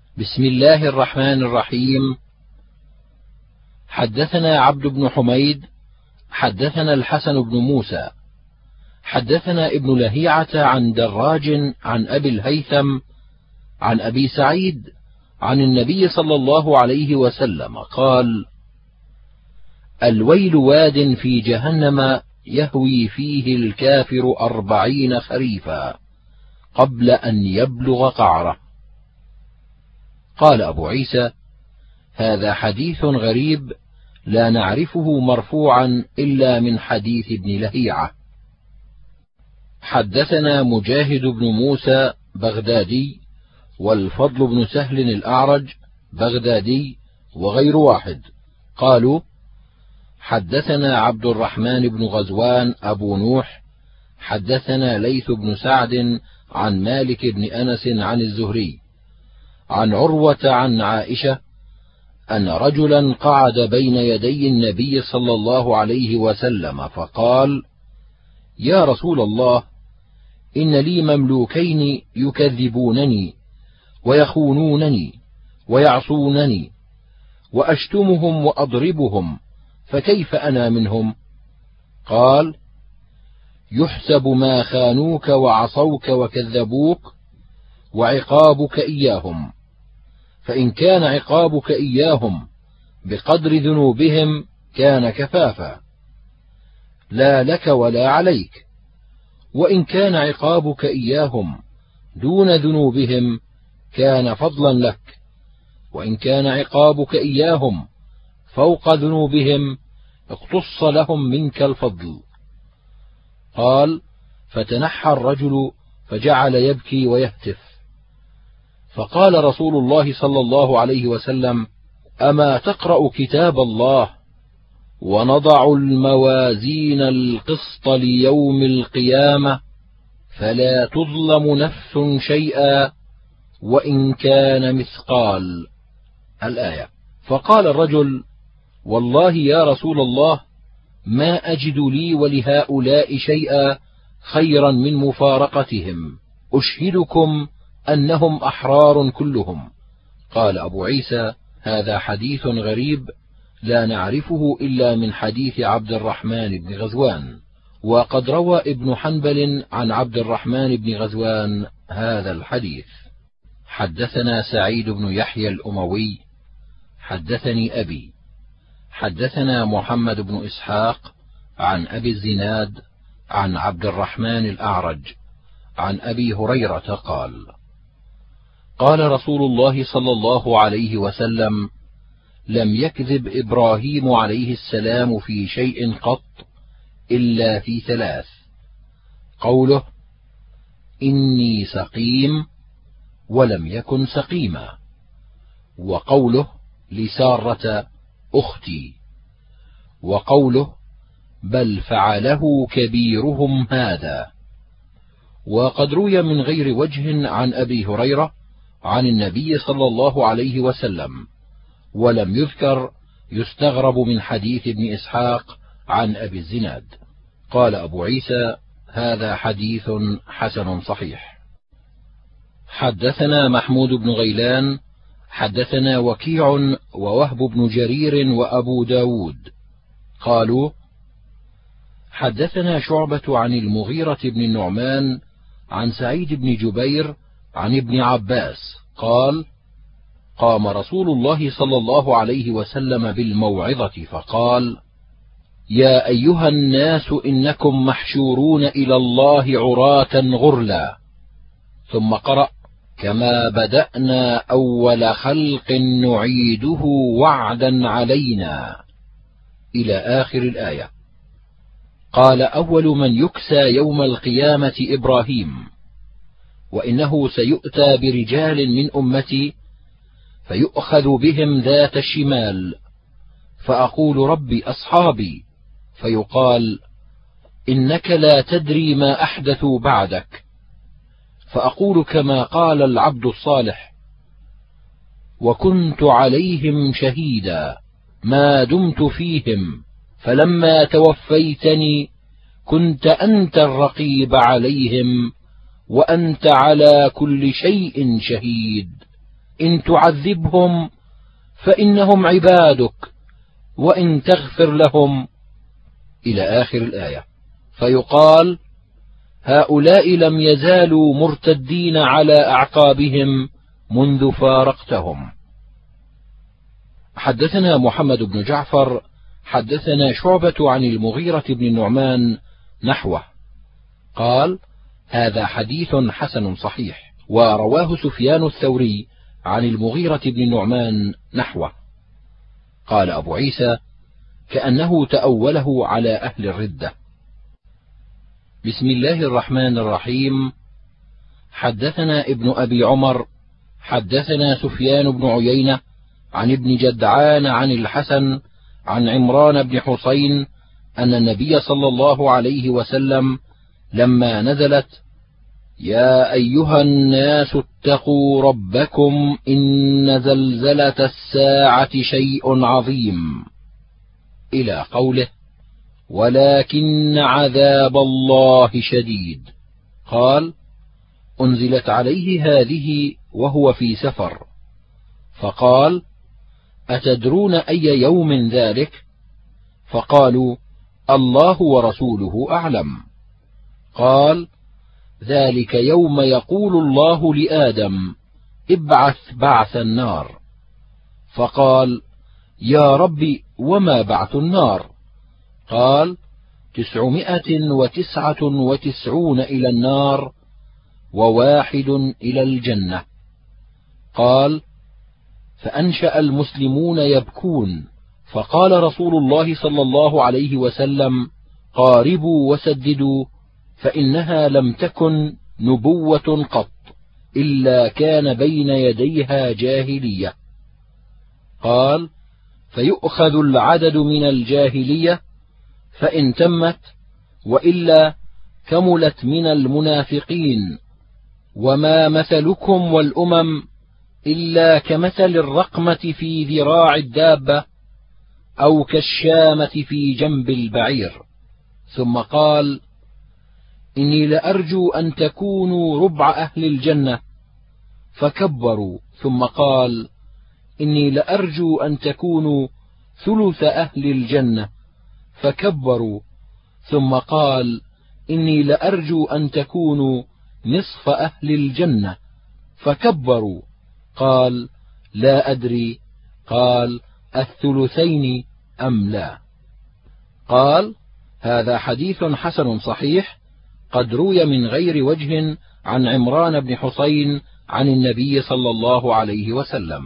بسم الله الرحمن الرحيم. حدثنا عبد بن حميد حدثنا الحسن بن موسى حدثنا ابن لهيعة عن دراج عن أبي الهيثم عن أبي سعيد عن النبي صلى الله عليه وسلم قال: الويل واد في جهنم يهوي فيه الكافر 40 خريفا قبل أن يبلغ قعره. قال أبو عيسى: هذا حديث غريب لا نعرفه مرفوعا إلا من حديث ابن لهيعة. حدثنا مجاهد بن موسى بغدادي والفضل بن سهل الأعرج بغدادي وغير واحد قالوا: حدثنا عبد الرحمن بن غزوان أبو نوح حدثنا ليث بن سعد عن مالك بن أنس عن الزهري عن عروة عن عائشة أن رجلا قعد بين يدي النبي صلى الله عليه وسلم فقال: يا رسول الله، إن لي مملوكين يكذبونني ويخونونني ويعصونني وأشتمهم وأضربهم، فكيف أنا منهم؟ قال: يحسب ما خانوك وعصوك وكذبوك وعقابك إياهم، فإن كان عقابك إياهم بقدر ذنوبهم كان كفافا لا لك ولا عليك، وإن كان عقابك إياهم دون ذنوبهم كان فضلا لك، وإن كان عقابك إياهم فوق ذنوبهم اقتص لهم منك الفضل. قال: فتنحى الرجل فجعل يبكي ويهتف، فقال رسول الله صلى الله عليه وسلم: أما تقرأ كتاب الله ونضع الموازين القسط ليوم القيامة فلا تظلم نفس شيئا وإن كان مثقال الآية. فقال الرجل: والله يا رسول الله، ما أجد لي ولهؤلاء شيئا خيرا من مفارقتهم، أشهدكم أنهم أحرار كلهم. قال أبو عيسى: هذا حديث غريب لا نعرفه إلا من حديث عبد الرحمن بن غزوان، وقد روى ابن حنبل عن عبد الرحمن بن غزوان هذا الحديث. حدثنا سعيد بن يحيى الأموي حدثني أبي حدثنا محمد بن إسحاق عن أبي الزناد عن عبد الرحمن الأعرج عن أبي هريرة قال: قال رسول الله صلى الله عليه وسلم: لم يكذب إبراهيم عليه السلام في شيء قط إلا في 3: قوله: إني سقيم ولم يكن سقيما، وقوله لسارة أختي، وقوله: بل فعله كبيرهم هذا. وقد روي من غير وجه عن أبي هريرة عن النبي صلى الله عليه وسلم، ولم يذكر يستغرب من حديث ابن إسحاق عن أبي الزناد. قال أبو عيسى: هذا حديث حسن صحيح. حدثنا محمود بن غيلان حدثنا وكيع ووهب بن جرير وأبو داود قالوا: حدثنا شعبة عن المغيرة بن النعمان عن سعيد بن جبير عن ابن عباس قال: قام رسول الله صلى الله عليه وسلم بالموعظة فقال: يا أيها الناس، إنكم محشورون إلى الله عراة غرلا. ثم قرأ: كما بدأنا أول خلق نعيده وعدا علينا إلى آخر الآية. قال: أول من يكسى يوم القيامة إبراهيم، وإنه سيؤتى برجال من أمتي فيؤخذ بهم ذات الشمال، فأقول: ربي أصحابي، فيقال: إنك لا تدري ما أحدثوا بعدك، فأقول كما قال العبد الصالح: وكنت عليهم شهيدا ما دمت فيهم، فلما توفيتني كنت أنت الرقيب عليهم وأنت على كل شيء شهيد، إن تعذبهم فإنهم عبادك وإن تغفر لهم، إلى آخر الآية. فيقال: هؤلاء لم يزالوا مرتدين على أعقابهم منذ فارقتهم. حدثنا محمد بن جعفر حدثنا شعبة عن المغيرة بن النعمان نحوه، قال: هذا حديث حسن صحيح. ورواه سفيان الثوري عن المغيرة بن النعمان نحوه. قال أبو عيسى: كأنه تأوله على أهل الردة. بسم الله الرحمن الرحيم. حدثنا ابن أبي عمر حدثنا سفيان بن عيينة عن ابن جدعان عن الحسن عن عمران بن حسين أن النبي صلى الله عليه وسلم لما نزلت: يا أيها الناس اتقوا ربكم إن زلزلة الساعة شيء عظيم، إلى قوله: ولكن عذاب الله شديد، قال: أنزلت عليه هذه وهو في سفر، فقال: أتدرون أي يوم ذلك؟ فقالوا: الله ورسوله أعلم. قال: ذلك يوم يقول الله لآدم: ابعث بعث النار. فقال: يا رب وما بعث النار؟ قال: 999 إلى النار و1 إلى الجنة. قال: فأنشأ المسلمون يبكون، فقال رسول الله صلى الله عليه وسلم: قاربوا وسددوا، فإنها لم تكن نبوة قط إلا كان بين يديها جاهلية. قال: فيؤخذ العدد من الجاهلية فإن تمت، وإلا كملت من المنافقين. وما مثلكم والأمم إلا كمثل الرقمة في ذراع الدابة أو كالشامة في جنب البعير. ثم قال: إني لأرجو أن تكونوا ربع أهل الجنة، فكبروا. ثم قال: إني لأرجو أن تكونوا ثلث أهل الجنة، فكبروا. ثم قال: إني لأرجو أن تكونوا نصف أهل الجنة، فكبروا. قال: لا أدري. قال: الثلثين أم لا؟ قال: هذا حديث حسن صحيح، قد روي من غير وجه عن عمران بن حسين عن النبي صلى الله عليه وسلم.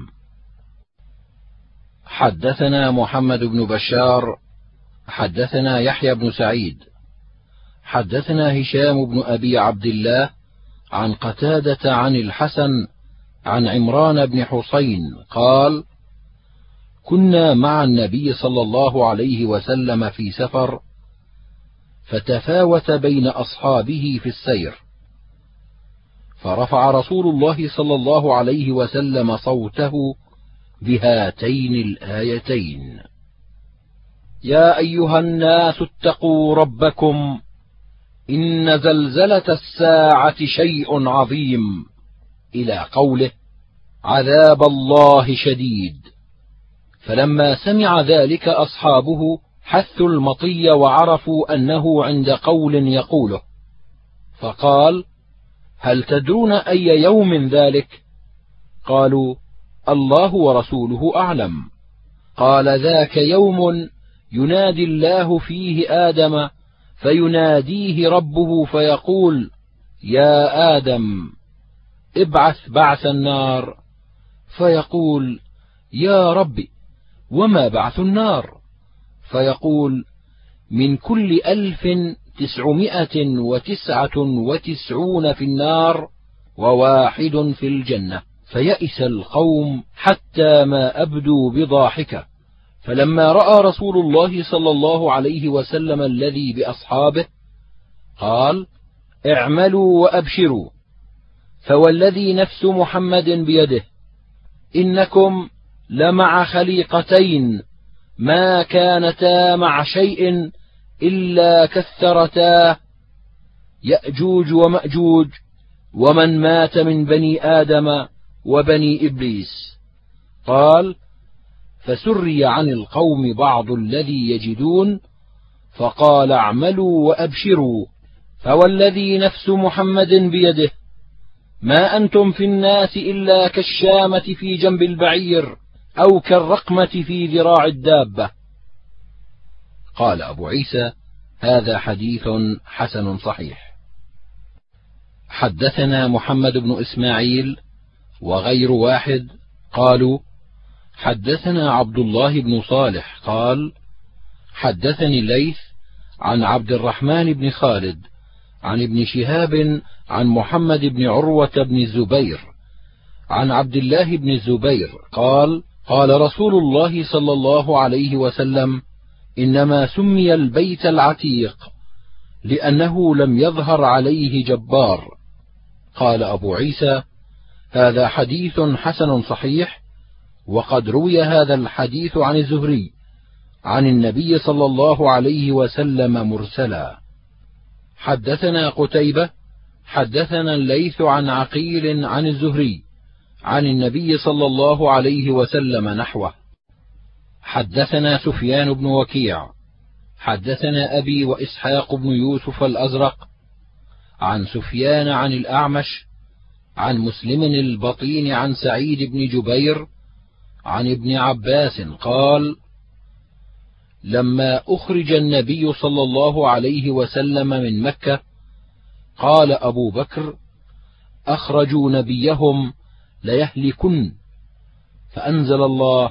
حدثنا محمد بن بشار حدثنا يحيى بن سعيد حدثنا هشام بن أبي عبد الله عن قتادة عن الحسن عن عمران بن حسين قال: كنا مع النبي صلى الله عليه وسلم في سفر، فتفاوت بين أصحابه في السير، فرفع رسول الله صلى الله عليه وسلم صوته بهاتين الآيتين: يا أيها الناس اتقوا ربكم إن زلزلة الساعة شيء عظيم، إلى قوله: عذاب الله شديد. فلما سمع ذلك أصحابه حثوا المطي وعرفوا أنه عند قول يقوله، فقال: هل تدرون أي يوم ذلك؟ قالوا: الله ورسوله أعلم. قال: ذاك يوم ينادي الله فيه آدم، فيناديه ربه فيقول: يا آدم ابعث بعث النار، فيقول: يا رب وما بعث النار؟ فيقول: من كل 1999 في النار و1 في الجنة. فيئس القوم حتى ما أبدوا بضاحكة. فلما رأى رسول الله صلى الله عليه وسلم الذي بأصحابه قال: اعملوا وأبشروا، فوالذي نفس محمد بيده إنكم لمع خليقتين ما كانتا مع شيء إلا كثرتا يأجوج ومأجوج، ومن مات من بني آدم وبني إبليس. قال: فسري عن القوم بعض الذي يجدون، فقال: اعملوا وأبشروا، فوالذي نفس محمد بيده ما أنتم في الناس إلا كالشامة في جنب البعير أو كالرقمة في ذراع الدابة. قال أبو عيسى: هذا حديث حسن صحيح. حدثنا محمد بن إسماعيل وغير واحد قالوا: حدثنا عبد الله بن صالح قال: حدثني الليث عن عبد الرحمن بن خالد عن ابن شهاب عن محمد بن عروة بن الزبير عن عبد الله بن الزبير قال: قال رسول الله صلى الله عليه وسلم: إنما سمي البيت العتيق لأنه لم يظهر عليه جبار. قال أبو عيسى: هذا حديث حسن صحيح، وقد روي هذا الحديث عن الزهري عن النبي صلى الله عليه وسلم مرسلا. حدثنا قتيبة حدثنا الليث عن عقيل عن الزهري عن النبي صلى الله عليه وسلم نحوه. حدثنا سفيان بن وكيع حدثنا أبي وإسحاق بن يوسف الأزرق عن سفيان عن الأعمش عن مسلم البطين عن سعيد بن جبير عن ابن عباس قال: لما أخرج النبي صلى الله عليه وسلم من مكة قال أبو بكر: أخرجوا نبيهم ليهلكن، فأنزل الله: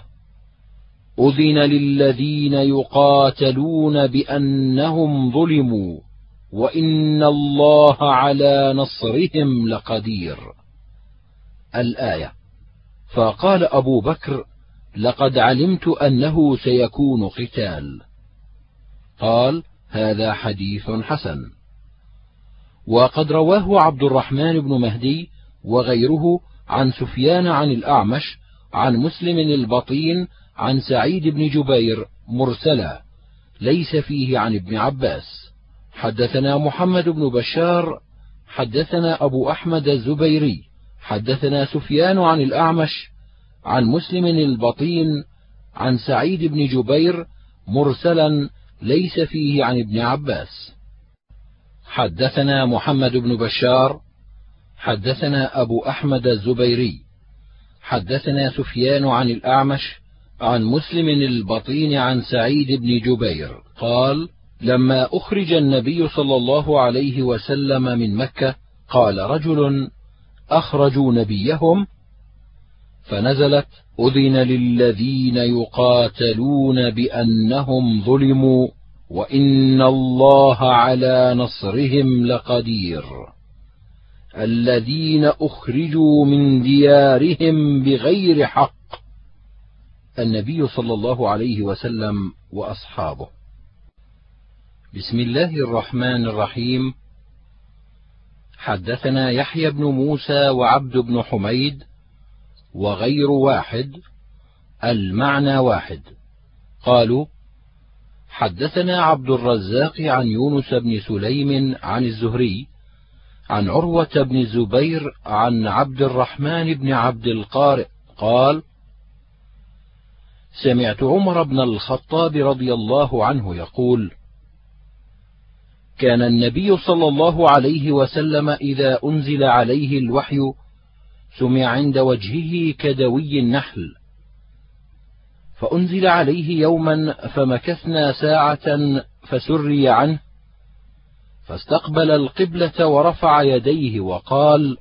أذن للذين يقاتلون بأنهم ظلموا وإن الله على نصرهم لقدير. الآية. فقال أبو بكر: لقد علمت أنه سيكون قتال. قال: هذا حديث حسن. وقد رواه عبد الرحمن بن مهدي وغيره عن سفيان عن الأعمش عن مسلم البطين عن سعيد بن جبير مرسلا، ليس فيه عن ابن عباس. حدثنا محمد بن بشار حدثنا أبو أحمد الزبيري حدثنا سفيان عن الأعمش عن مسلم البطين عن سعيد بن جبير مرسلا، ليس فيه عن ابن عباس. حدثنا محمد بن بشار حدثنا أبو أحمد الزبيري حدثنا سفيان عن الأعمش عن مسلم البطين عن سعيد بن جبير قال: لما أخرج النبي صلى الله عليه وسلم من مكة قال رجل: أخرجوا نبيهم، فنزلت: أذن للذين يقاتلون بأنهم ظلموا وإن الله على نصرهم لقدير. الذين أخرجوا من ديارهم بغير حق. النبي صلى الله عليه وسلم وأصحابه. بسم الله الرحمن الرحيم. حدثنا يحيى بن موسى وعبد بن حميد وغير واحد، المعنى واحد، قالوا: حدثنا عبد الرزاق عن يونس بن سليم عن الزهري عن عروة بن الزبير عن عبد الرحمن بن عبد القارئ قال: سمعت عمر بن الخطاب رضي الله عنه يقول: كان النبي صلى الله عليه وسلم إذا أنزل عليه الوحي سمع عند وجهه كدوي النحل، فأنزل عليه يوما فمكثنا ساعة فسري عنه، فاستقبل القبلة ورفع يديه وقال: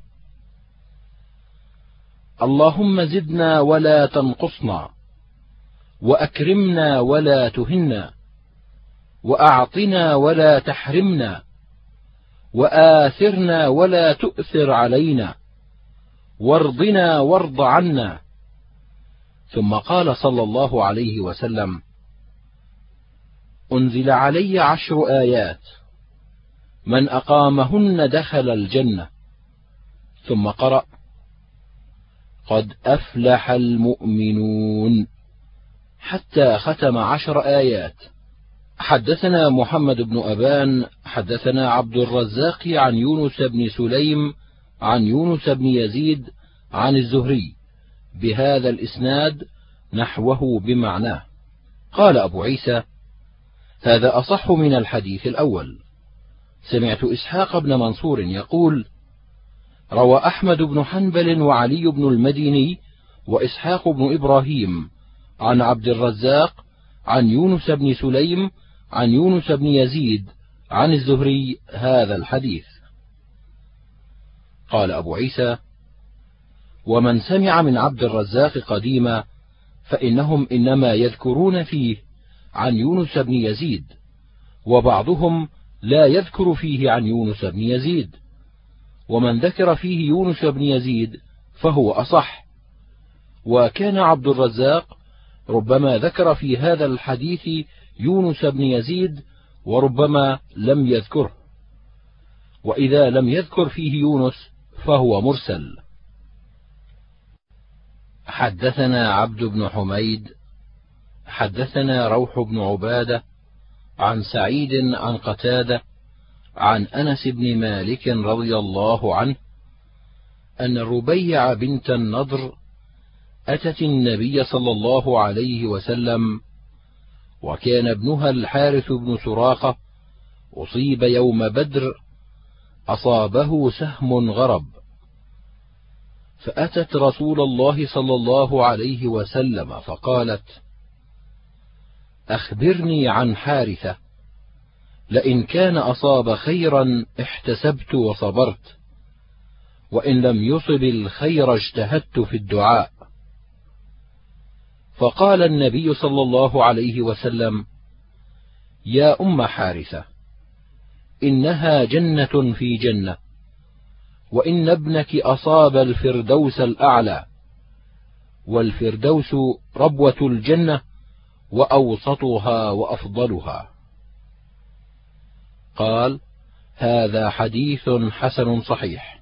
اللهم زدنا ولا تنقصنا، وأكرمنا ولا تهنا، وأعطنا ولا تحرمنا، وآثرنا ولا تؤثر علينا، وارضنا وارض عنا. ثم قال صلى الله عليه وسلم: أنزل علي 10 آيات من أقامهن دخل الجنة. ثم قرأ: قد أفلح المؤمنون، حتى ختم 10 آيات. حدثنا محمد بن أبان حدثنا عبد الرزاق عن يونس بن سليم عن يونس بن يزيد عن الزهري بهذا الإسناد نحوه بمعناه. قال أبو عيسى: هذا أصح من الحديث الأول. سمعت إسحاق بن منصور يقول: روى أحمد بن حنبل وعلي بن المديني وإسحاق بن إبراهيم عن عبد الرزاق عن يونس بن سليم عن يونس بن يزيد عن الزهري هذا الحديث. قال أبو عيسى: ومن سمع من عبد الرزاق قديما فإنهم إنما يذكرون فيه عن يونس بن يزيد، وبعضهم لا يذكر فيه عن يونس بن يزيد، ومن ذكر فيه يونس بن يزيد فهو أصح. وكان عبد الرزاق ربما ذكر في هذا الحديث يونس بن يزيد وربما لم يذكره، وإذا لم يذكر فيه يونس فهو مرسل. حدثنا عبد بن حميد حدثنا روح بن عبادة عن سعيد عن قتادة عن أنس بن مالك رضي الله عنه أن الربيع بنت النضر أتت النبي صلى الله عليه وسلم، وكان ابنها الحارث بن سراقة أصيب يوم بدر، أصابه سهم غرب، فأتت رسول الله صلى الله عليه وسلم فقالت: أخبرني عن حارثة، لئن كان أصاب خيرا احتسبت وصبرت، وإن لم يصب الخير اجتهدت في الدعاء. فقال النبي صلى الله عليه وسلم: يا أم حارثة، إنها جنة في جنة، وإن ابنك أصاب الفردوس الأعلى، والفردوس ربوة الجنة وأوسطها وأفضلها. قال: هذا حديث حسن صحيح.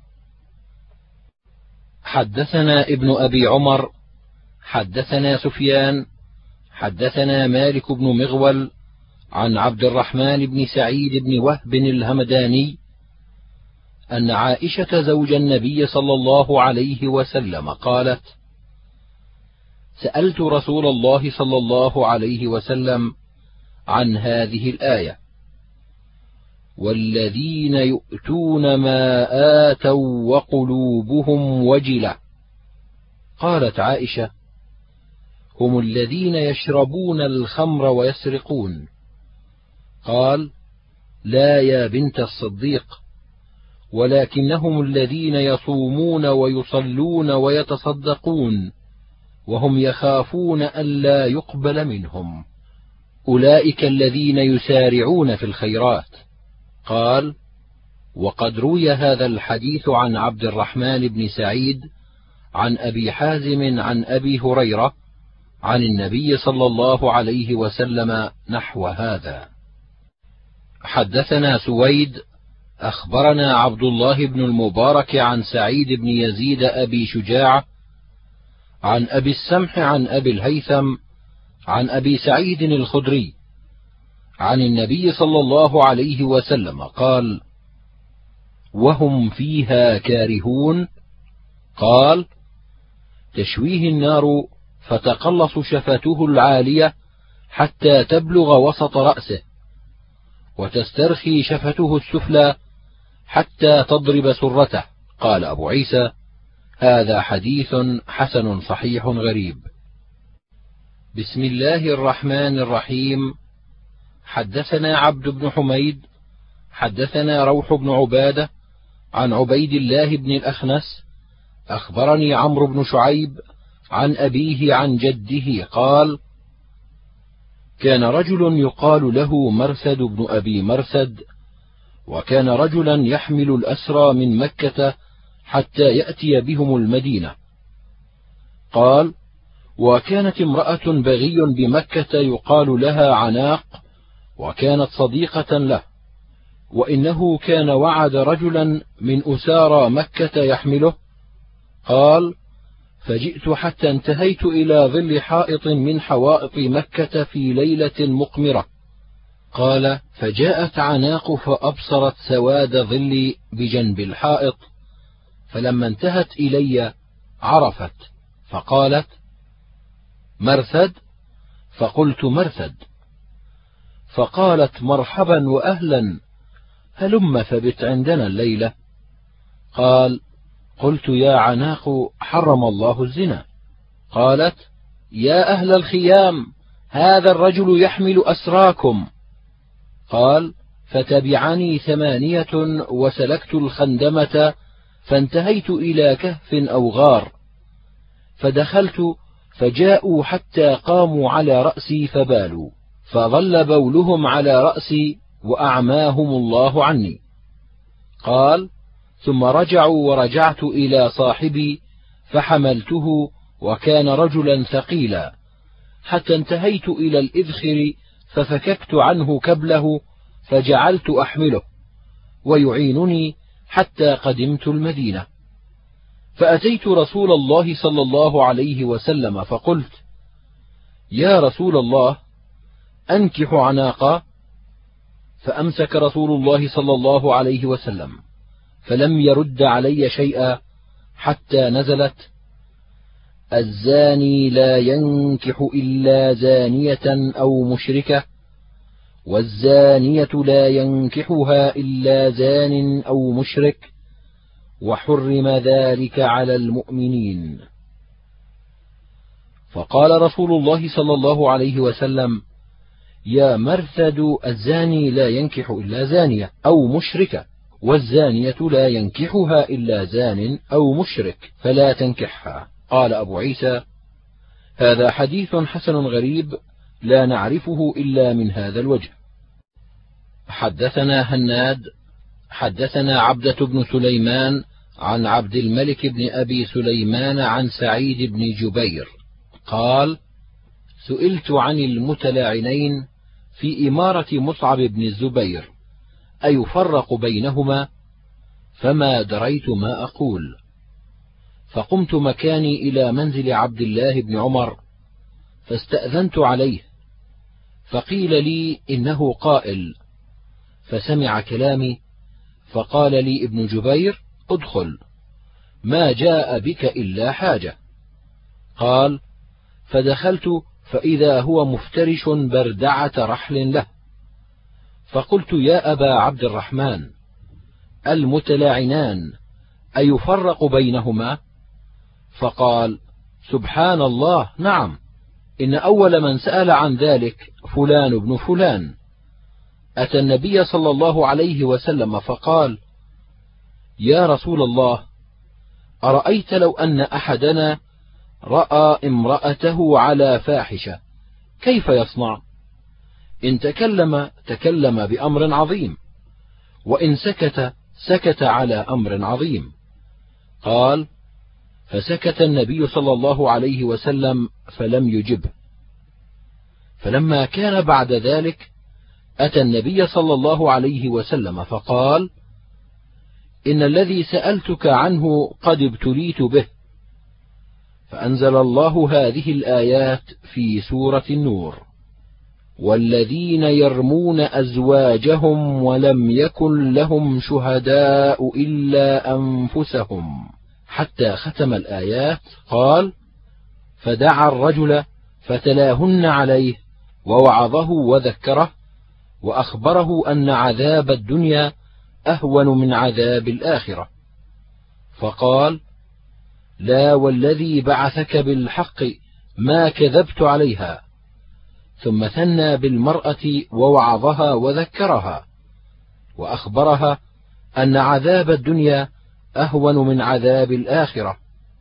حدثنا ابن أبي عمر حدثنا سفيان حدثنا مالك بن مغول عن عبد الرحمن بن سعيد بن وهب الهمداني أن عائشة زوج النبي صلى الله عليه وسلم قالت: سألت رسول الله صلى الله عليه وسلم عن هذه الآية: والذين يؤتون ما آتوا وقلوبهم وجلة. قالت عائشة: هم الذين يشربون الخمر ويسرقون. قال: لا يا بنت الصديق، ولكنهم الذين يصومون ويصلون ويتصدقون وهم يخافون ألا يقبل منهم، أولئك الذين يسارعون في الخيرات. قال: وقد روي هذا الحديث عن عبد الرحمن بن سعيد عن أبي حازم عن أبي هريرة عن النبي صلى الله عليه وسلم نحو هذا. حدثنا سويد أخبرنا عبد الله بن المبارك عن سعيد بن يزيد أبي شجاع عن أبي السمح عن أبي الهيثم عن أبي سعيد الخدري عن النبي صلى الله عليه وسلم قال: وهم فيها كارهون. قال: تشويه النار فتقلص شفته العالية حتى تبلغ وسط رأسه، وتسترخي شفته السفلى حتى تضرب سرته. قال أبو عيسى: هذا حديث حسن صحيح غريب. بسم الله الرحمن الرحيم. حدثنا عبد بن حميد حدثنا روح بن عبادة عن عبيد الله بن الأخنس أخبرني عمرو بن شعيب عن أبيه عن جده قال: كان رجل يقال له مرثد بن أبي مرثد، وكان رجلا يحمل الأسرى من مكة حتى يأتي بهم المدينة. قال: وكانت امرأة بغي بمكة يقال لها عناق، وكانت صديقة له، وإنه كان وعد رجلا من أسارى مكة يحمله. قال: فجئت حتى انتهيت إلى ظل حائط من حوائط مكة في ليلة مقمرة. قال: فجاءت عناق فأبصرت سواد ظلي بجنب الحائط، فلما انتهت إلي عرفت فقالت: مرثد؟ فقلت: مرثد. فقالت: مرحبا وأهلا، هلم فبت عندنا الليلة. قال: قلت: يا عناق، حرم الله الزنا. قالت: يا أهل الخيام، هذا الرجل يحمل أسراكم. قال: فتبعني 8 وسلكت الخندمة، فانتهيت إلى كهف أو غار، فدخلت فجاءوا حتى قاموا على رأسي فبالوا، فظل بولهم على رأسي وأعماهم الله عني. قال: ثم رجعوا ورجعت إلى صاحبي فحملته، وكان رجلا ثقيلا، حتى انتهيت إلى الإذخر ففككت عنه كبله فجعلت أحمله ويعينني حتى قدمت المدينة. فأتيت رسول الله صلى الله عليه وسلم فقلت: يا رسول الله، أنكح عناقا؟ فأمسك رسول الله صلى الله عليه وسلم فلم يرد علي شيئا حتى نزلت: الزاني لا ينكح إلا زانية أو مشركة، والزانية لا ينكحها إلا زان أو مشرك، وحرم ذلك على المؤمنين. فقال رسول الله صلى الله عليه وسلم: يا مرثد، الزاني لا ينكح إلا زانية أو مشركة، والزانية لا ينكحها إلا زان أو مشرك، فلا تنكحها. قال أبو عيسى: هذا حديث حسن غريب لا نعرفه إلا من هذا الوجه. حدثنا هناد حدثنا عبدة بن سليمان عن عبد الملك بن أبي سليمان عن سعيد بن جبير قال: سئلت عن المتلاعنين في إمارة مصعب بن الزبير أيفرق بينهما؟ فما دريت ما أقول، فقمت مكاني إلى منزل عبد الله بن عمر فاستأذنت عليه، فقيل لي إنه قائل، فسمع كلامي فقال لي ابن جبير: ادخل، ما جاء بك إلا حاجة. قال: فدخلت فإذا هو مفترش بردعة رحل له، فقلت: يا أبا عبد الرحمن، المتلاعنان أيفرق بينهما؟ فقال: سبحان الله، نعم، إن أول من سأل عن ذلك فلان بن فلان، أتى النبي صلى الله عليه وسلم فقال: يا رسول الله، أرأيت لو أن أحدنا رأى امرأته على فاحشة كيف يصنع؟ إن تكلم بأمر عظيم، وإن سكت على أمر عظيم. قال: فسكت النبي صلى الله عليه وسلم فلم يجبه. فلما كان بعد ذلك أتى النبي صلى الله عليه وسلم فقال: إن الذي سألتك عنه قد ابتليت به. فأنزل الله هذه الآيات في سورة النور: والذين يرمون أزواجهم ولم يكن لهم شهداء إلا أنفسهم، حتى ختم الآيات. قال: فدعا الرجل فتلاهن عليه ووعظه وذكره وأخبره أن عذاب الدنيا أهون من عذاب الآخرة، فقال: لا والذي بعثك بالحق ما كذبت عليها. ثم ثنى بالمرأة ووعظها وذكرها وأخبرها أن عذاب الدنيا أهون من عذاب الآخرة،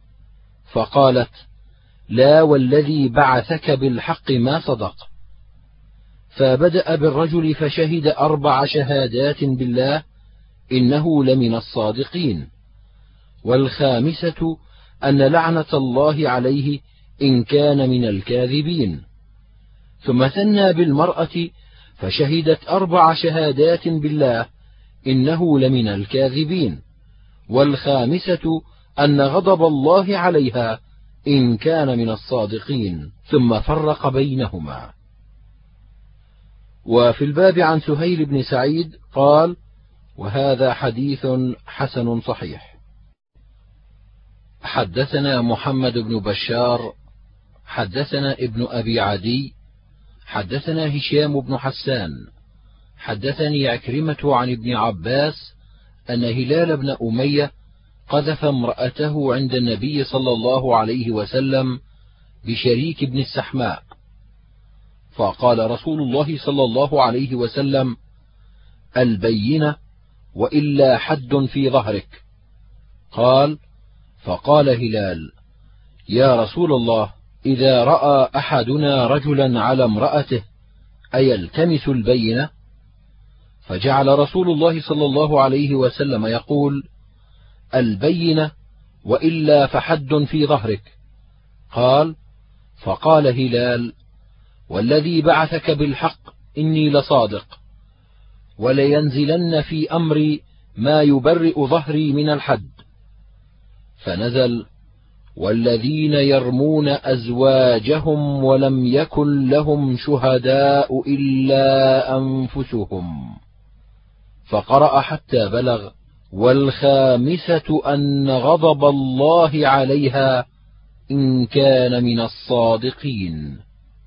فقالت: لا والذي بعثك بالحق ما صدق. فبدأ بالرجل فشهد 4 شهادات بالله إنه لمن الصادقين، والخامسة أن لعنة الله عليه إن كان من الكاذبين. ثم ثنى بالمرأة فشهدت 4 شهادات بالله إنه لمن الكاذبين، والخامسة أن غضب الله عليها إن كان من الصادقين، ثم فرق بينهما. وفي الباب عن سهيل بن سعيد قال: وهذا حديث حسن صحيح. حدثنا محمد بن بشار حدثنا ابن أبي عدي حدثنا هشام بن حسان حدثني عكرمة عن ابن عباس أن هلال بن أمية قذف امرأته عند النبي صلى الله عليه وسلم بشريك بن السحماء، فقال رسول الله صلى الله عليه وسلم: البينة وإلا حد في ظهرك. قال: فقال هلال: يا رسول الله، إذا رأى أحدنا رجلا على امرأته أيلتمس البينة؟ فجعل رسول الله صلى الله عليه وسلم يقول: البينة وإلا فحد في ظهرك. قال: فقال هلال: والذي بعثك بالحق إني لصادق، ولينزلن في أمري ما يبرئ ظهري من الحد. فنزل: والذين يرمون أزواجهم ولم يكن لهم شهداء إلا أنفسهم، فقرأ حتى بلغ: والخامسة أن غضب الله عليها إن كان من الصادقين.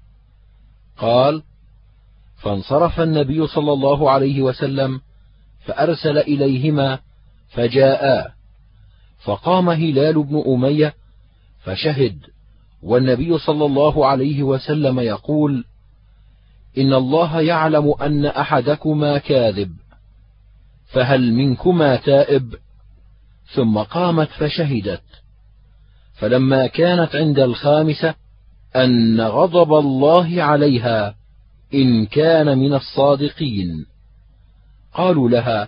قال: فانصرف النبي صلى الله عليه وسلم فأرسل إليهما فجاءا، فقام هلال بن أمية فشهد، والنبي صلى الله عليه وسلم يقول: إن الله يعلم أن أحدكما كاذب، فهل منكما تائب؟ ثم قامت فشهدت، فلما كانت عند الخامسة أن غضب الله عليها إن كان من الصادقين، قالوا لها: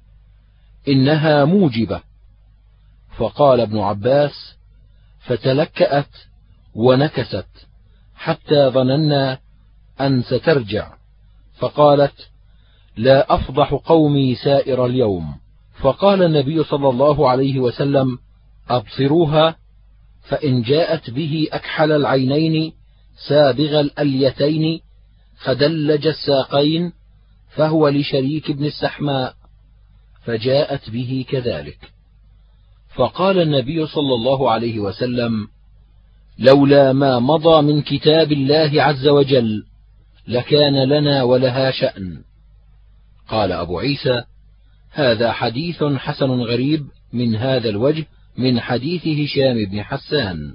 إنها موجبة. فقال ابن عباس: فتلكأت ونكست حتى ظننا أن سترجع، فقالت: لا أفضح قومي سائر اليوم. فقال النبي صلى الله عليه وسلم: أبصروها، فإن جاءت به أكحل العينين سابغ الأليتين خدلج الساقين فهو لشريك بن السحماء، فجاءت به كذلك. فقال النبي صلى الله عليه وسلم: لولا ما مضى من كتاب الله عز وجل لكان لنا ولها شأن. قال أبو عيسى: هذا حديث حسن غريب من هذا الوجه من حديث هشام بن حسان.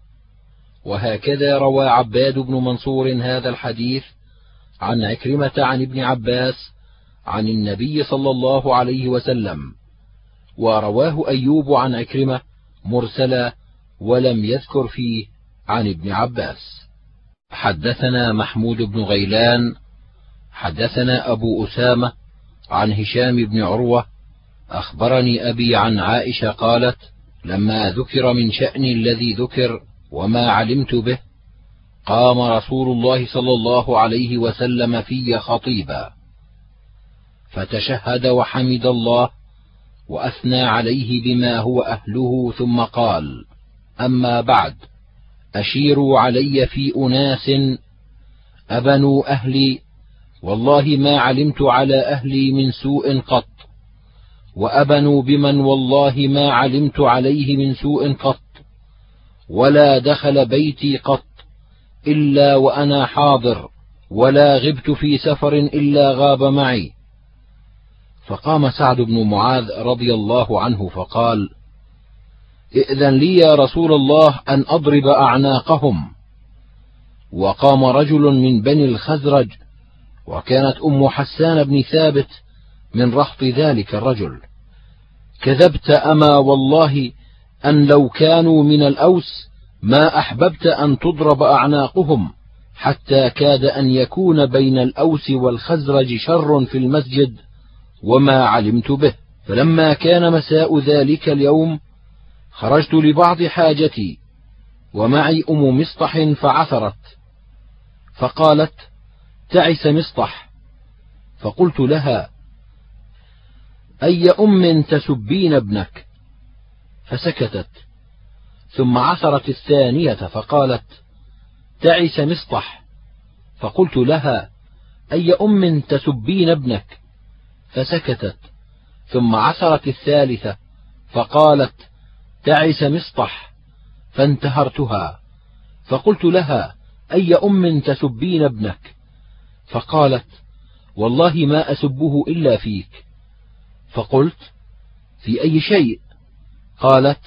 وهكذا روى عباد بن منصور هذا الحديث عن عكرمة عن ابن عباس عن النبي صلى الله عليه وسلم، ورواه أيوب عن عكرمة مرسلا ولم يذكر فيه عن ابن عباس. حدثنا محمود بن غيلان حدثنا أبو أسامة عن هشام بن عروة أخبرني أبي عن عائشة قالت: لما ذكر من شأن الذي ذكر وما علمت به، قام رسول الله صلى الله عليه وسلم في خطيبا، فتشهد وحمد الله وأثنى عليه بما هو أهله، ثم قال: أما بعد، أشيروا علي في أناس أبنوا أهلي، والله ما علمت على أهلي من سوء قط، وأبنوا بمن والله ما علمت عليه من سوء قط، ولا دخل بيتي قط إلا وأنا حاضر، ولا غبت في سفر إلا غاب معي. فقام سعد بن معاذ رضي الله عنه فقال: ائذن لي يا رسول الله أن أضرب أعناقهم. وقام رجل من بني الخزرج، وكانت أم حسان بن ثابت من رهط ذلك الرجل: كذبت أما والله أن لو كانوا من الأوس ما أحببت أن تضرب أعناقهم، حتى كاد أن يكون بين الأوس والخزرج شر في المسجد وما علمت به. فلما كان مساء ذلك اليوم خرجت لبعض حاجتي، ومعي أم مصطح فعثرت، فقالت: تعس مصطح. فقلت لها: أي أم تسبين ابنك؟ فسكتت، ثم عثرت الثانية فقالت: تعس مصطح. فقلت لها: أي أم تسبين ابنك؟ فسكتت، ثم عثرت الثالثة فقالت: تعس مصطح، فانتهرتها، فقلت لها: أي أم تسبين ابنك؟ فقالت: والله ما أسبه إلا فيك. فقلت: في أي شيء؟ قالت: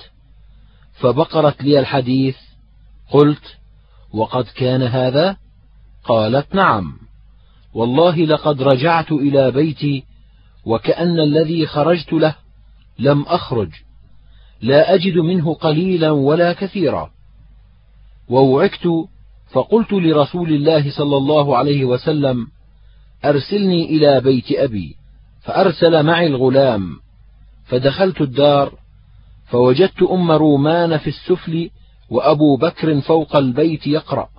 فبقرت لي الحديث. قلت: وقد كان هذا؟ قالت: نعم، والله لقد رجعت إلى بيتي وكأن الذي خرجت له لم أخرج، لا أجد منه قليلا ولا كثيرا. ووعكت فقلت لرسول الله صلى الله عليه وسلم: أرسلني إلى بيت أبي. فأرسل معي الغلام، فدخلت الدار فوجدت أم رومان في السفل وأبو بكر فوق البيت يقرأ.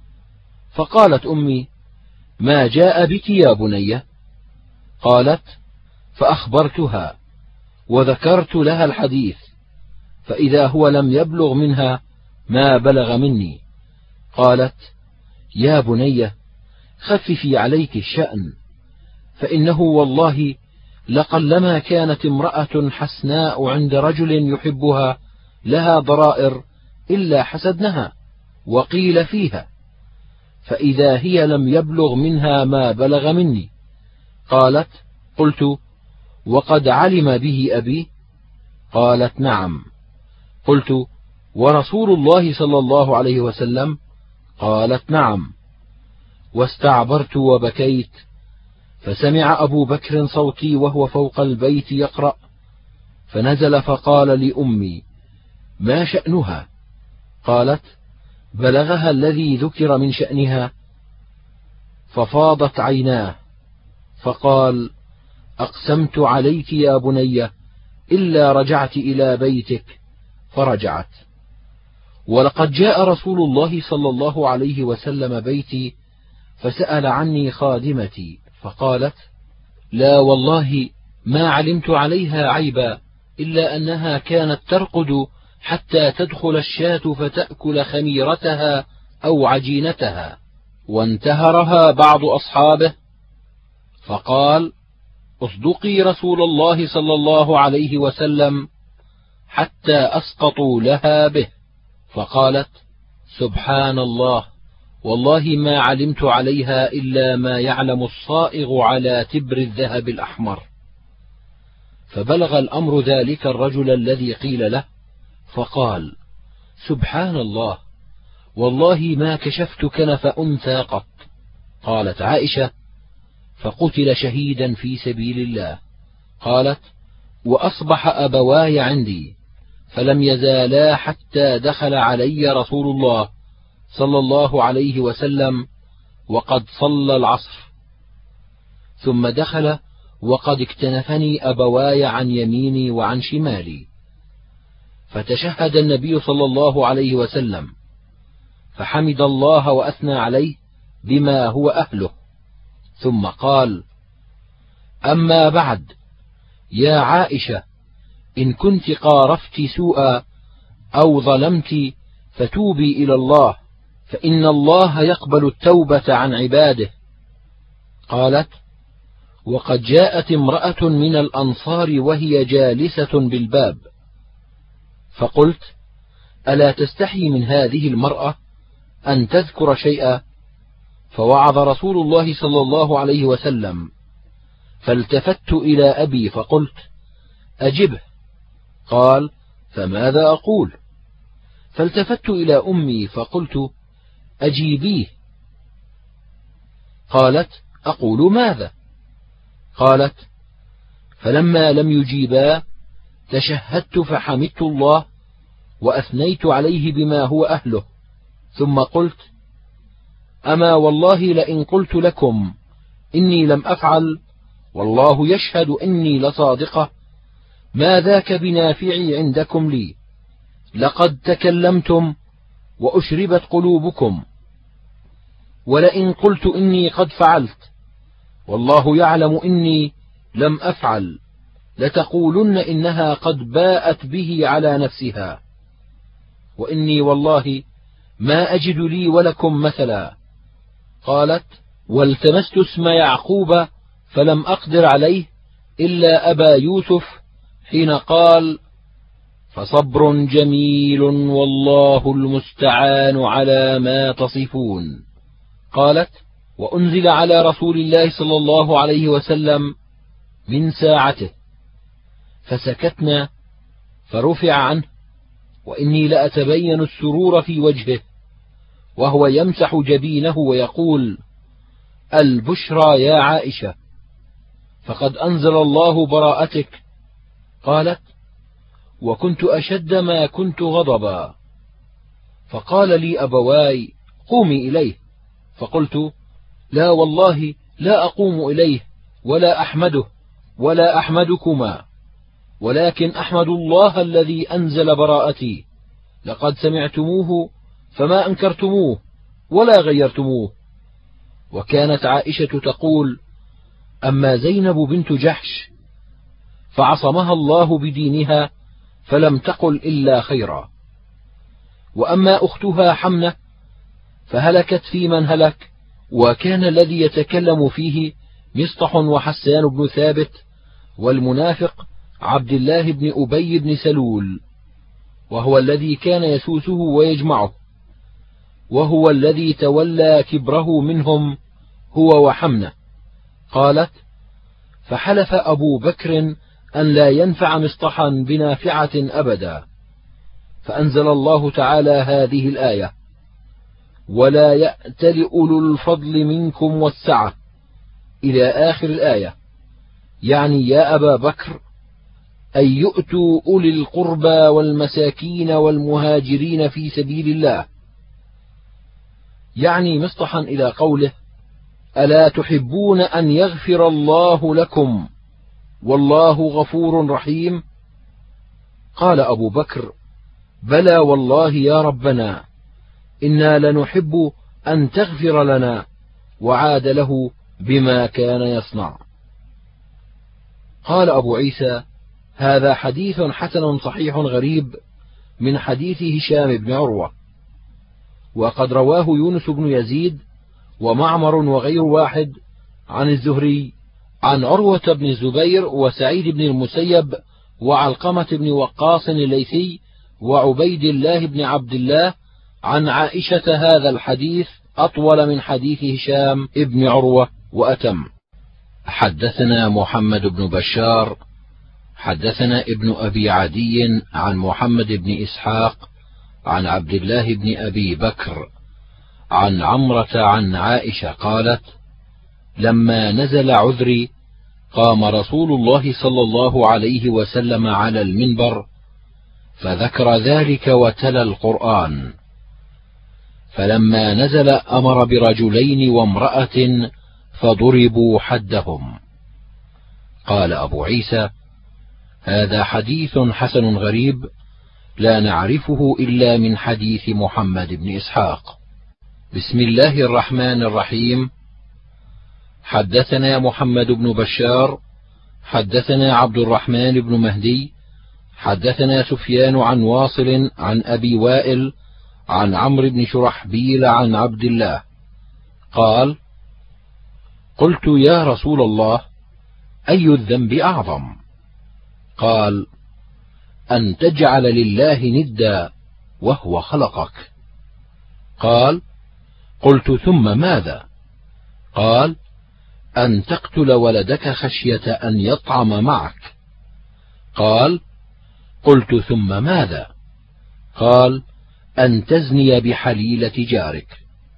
فقالت أمي: ما جاء بك يا بنية؟ قالت: فأخبرتها وذكرت لها الحديث، فإذا هو لم يبلغ منها ما بلغ مني. قالت: يا بنية، خففي عليك الشأن، فإنه والله لقلما كانت امرأة حسناء عند رجل يحبها لها ضرائر إلا حسدنها وقيل فيها، فإذا هي لم يبلغ منها ما بلغ مني. قالت: قلت: وقد علم به أبي؟ قالت: نعم. قلت: ورسول الله صلى الله عليه وسلم؟ قالت: نعم. واستعبرت وبكيت، فسمع أبو بكر صوتي وهو فوق البيت يقرأ، فنزل فقال لأمي: ما شأنها؟ قالت: بلغها الذي ذكر من شأنها. ففاضت عيناه، فقال: أقسمت عليك يا بنية إلا رجعت إلى بيتك. فرجعت. ولقد جاء رسول الله صلى الله عليه وسلم بيتي فسأل عني خادمتي، فقالت: لا والله ما علمت عليها عيبا، إلا أنها كانت ترقد حتى تدخل الشاة فتأكل خميرتها أو عجينتها. وانتهرها بعض أصحابه، فقال: اصدقي رسول الله صلى الله عليه وسلم حتى أسقطوا لها به. فقالت: سبحان الله، والله ما علمت عليها إلا ما يعلم الصائغ على تبر الذهب الأحمر. فبلغ الأمر ذلك الرجل الذي قيل له، فقال: سبحان الله، والله ما كشفت كنف أنثى قط. قالت عائشة: فقتل شهيدا في سبيل الله. قالت: وأصبح أبواي عندي، فلم يزالا حتى دخل علي رسول الله صلى الله عليه وسلم وقد صلى العصر، ثم دخل وقد اكتنفني أبواي عن يميني وعن شمالي، فتشهد النبي صلى الله عليه وسلم، فحمد الله وأثنى عليه بما هو أهله، ثم قال: أما بعد، يا عائشة، إن كنت قارفت سوءا أو ظلمت فتوبي إلى الله، فإن الله يقبل التوبة عن عباده. قالت: وقد جاءت امرأة من الأنصار وهي جالسة بالباب، فقلت: ألا تستحي من هذه المرأة أن تذكر شيئا؟ فوعظ رسول الله صلى الله عليه وسلم، فالتفت إلى أبي فقلت: أجبه. قال: فماذا أقول؟ فالتفت إلى أمي فقلت: أجيبيه. قالت: أقول ماذا؟ قالت: فلما لم يجيبا تشهدت فحمدت الله وأثنيت عليه بما هو أهله، ثم قلت: أما والله لئن قلت لكم إني لم أفعل والله يشهد إني لصادقة، ما ذاك بنافعي عندكم لي، لقد تكلمتم وأشربت قلوبكم. ولئن قلت إني قد فعلت والله يعلم إني لم أفعل، لتقولن إنها قد باءت به على نفسها، وإني والله ما أجد لي ولكم مثلا. قالت: والتمست اسم يعقوب فلم أقدر عليه إلا أبا يوسف، حين قال: فصبر جميل والله المستعان على ما تصفون. قالت: وأنزل على رسول الله صلى الله عليه وسلم من ساعته، فسكتنا فرفع عنه، وإني لأتبين السرور في وجهه وهو يمسح جبينه ويقول: البشرى يا عائشة، فقد أنزل الله براءتك. قالت: وكنت أشد ما كنت غضبا، فقال لي أبواي: قومي إليه. فقلت: لا والله لا أقوم إليه ولا أحمده ولا أحمدكما، ولكن أحمد الله الذي أنزل براءتي، لقد سمعتموه فما أنكرتموه ولا غيرتموه. وكانت عائشة تقول: أما زينب بنت جحش فعصمها الله بدينها فلم تقل إلا خيرا، وأما أختها حمنة فهلكت في من هلك، وكان الذي يتكلم فيه مصطح وحسان بن ثابت والمنافق عبد الله بن أبي بن سلول، وهو الذي كان يسوسه ويجمعه، وهو الذي تولى كبره منهم هو وحمنة. قالت: فحلف أبو بكر أن لا ينفع مصطحا بنافعة أبدا، فأنزل الله تعالى هذه الآية: ولا يأتل أولو الفضل منكم والسعة، إلى آخر الآية، يعني يا أبا بكر أن يؤتوا أولي القربى والمساكين والمهاجرين في سبيل الله، يعني مصطحا إلى قوله: ألا تحبون أن يغفر الله لكم والله غفور رحيم؟ قال أبو بكر: بلى والله يا ربنا، إنا لنحب أن تغفر لنا، وعاد له بما كان يصنع. قال أبو عيسى: هذا حديث حسن صحيح غريب من حديث هشام بن عروة، وقد رواه يونس بن يزيد ومعمر وغير واحد عن الزهري عن عروة بن الزبير وسعيد بن المسيب وعلقمة بن وقاص الليثي وعبيد الله بن عبد الله عن عائشة هذا الحديث أطول من حديث هشام بن عروة وأتم. حدثنا محمد بن بشار حدثنا ابن أبي عدي عن محمد بن إسحاق عن عبد الله بن أبي بكر عن عمرة عن عائشة قالت: لما نزل عذري قام رسول الله صلى الله عليه وسلم على المنبر فذكر ذلك وتلا القرآن، فلما نزل أمر برجلين وامرأة فضربوا حدهم. قال أبو عيسى: هذا حديث حسن غريب لا نعرفه إلا من حديث محمد بن إسحاق. بسم الله الرحمن الرحيم. حدثنا محمد بن بشار حدثنا عبد الرحمن بن مهدي حدثنا سفيان عن واصل عن أبي وائل عن عمرو بن شرحبيل عن عبد الله قال: قلت يا رسول الله، أي الذنب أعظم؟ قال: أن تجعل لله ندا وهو خلقك. قال: قلت ثم ماذا؟ قال: أن تقتل ولدك خشية أن يطعم معك. قال: قلت ثم ماذا؟ قال: أن تزني بحليلة جارك.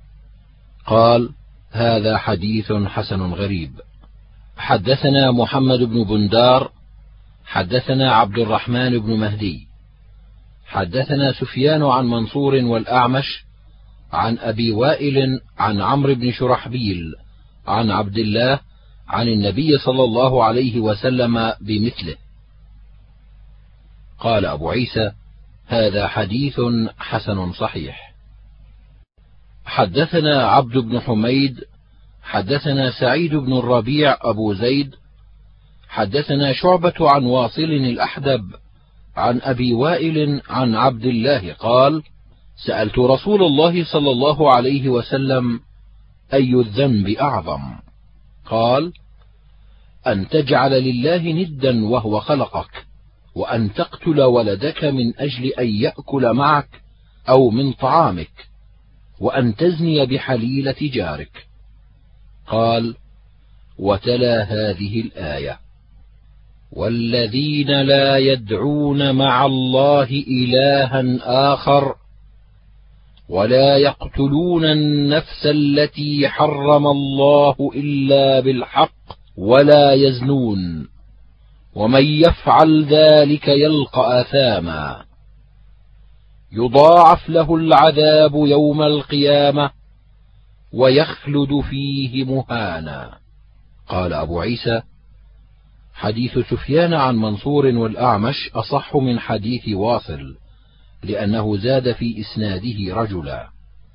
قال: هذا حديث حسن غريب. حدثنا محمد بن بندار حدثنا عبد الرحمن بن مهدي حدثنا سفيان عن منصور والأعمش عن أبي وائل عن عمرو بن شرحبيل عن عبد الله عن النبي صلى الله عليه وسلم بمثله. قال أبو عيسى: هذا حديث حسن صحيح. حدثنا عبد بن حميد حدثنا سعيد بن الربيع أبو زيد حدثنا شعبة عن واصل الأحدب عن أبي وائل عن عبد الله قال: سألت رسول الله صلى الله عليه وسلم: أي الذنب أعظم؟ قال: أن تجعل لله ندا وهو خلقك، وأن تقتل ولدك من أجل أن يأكل معك أو من طعامك، وأن تزني بحليلة جارك. قال: وتلا هذه الآية: والذين لا يدعون مع الله إلها آخر ولا يقتلون النفس التي حرم الله إلا بالحق ولا يزنون ومن يفعل ذلك يلقى آثاما يضاعف له العذاب يوم القيامة ويخلد فيه مهانا. قال أبو عيسى: حديث سفيان عن منصور والأعمش أصح من حديث واصل، لأنه زاد في إسناده رجلا.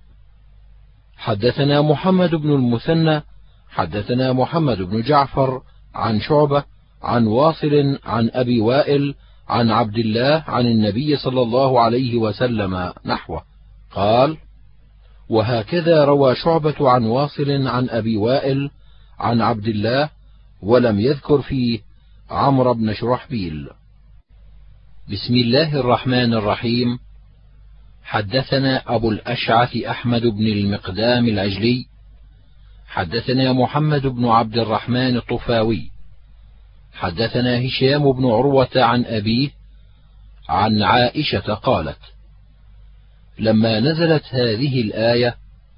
حدثنا محمد بن المثنى حدثنا محمد بن جعفر عن شعبة عن واصل عن أبي وائل عن عبد الله عن النبي صلى الله عليه وسلم نحوه. قال: وهكذا روى شعبة عن واصل عن أبي وائل عن عبد الله، ولم يذكر فيه عمرو بن شرحبيل. بسم الله الرحمن الرحيم. حدثنا أبو الأشعث أحمد بن المقدام العجلي حدثنا محمد بن عبد الرحمن الطفاوي حدثنا هشام بن عروة عن أبيه عن عائشة قالت: لما نزلت هذه الآية: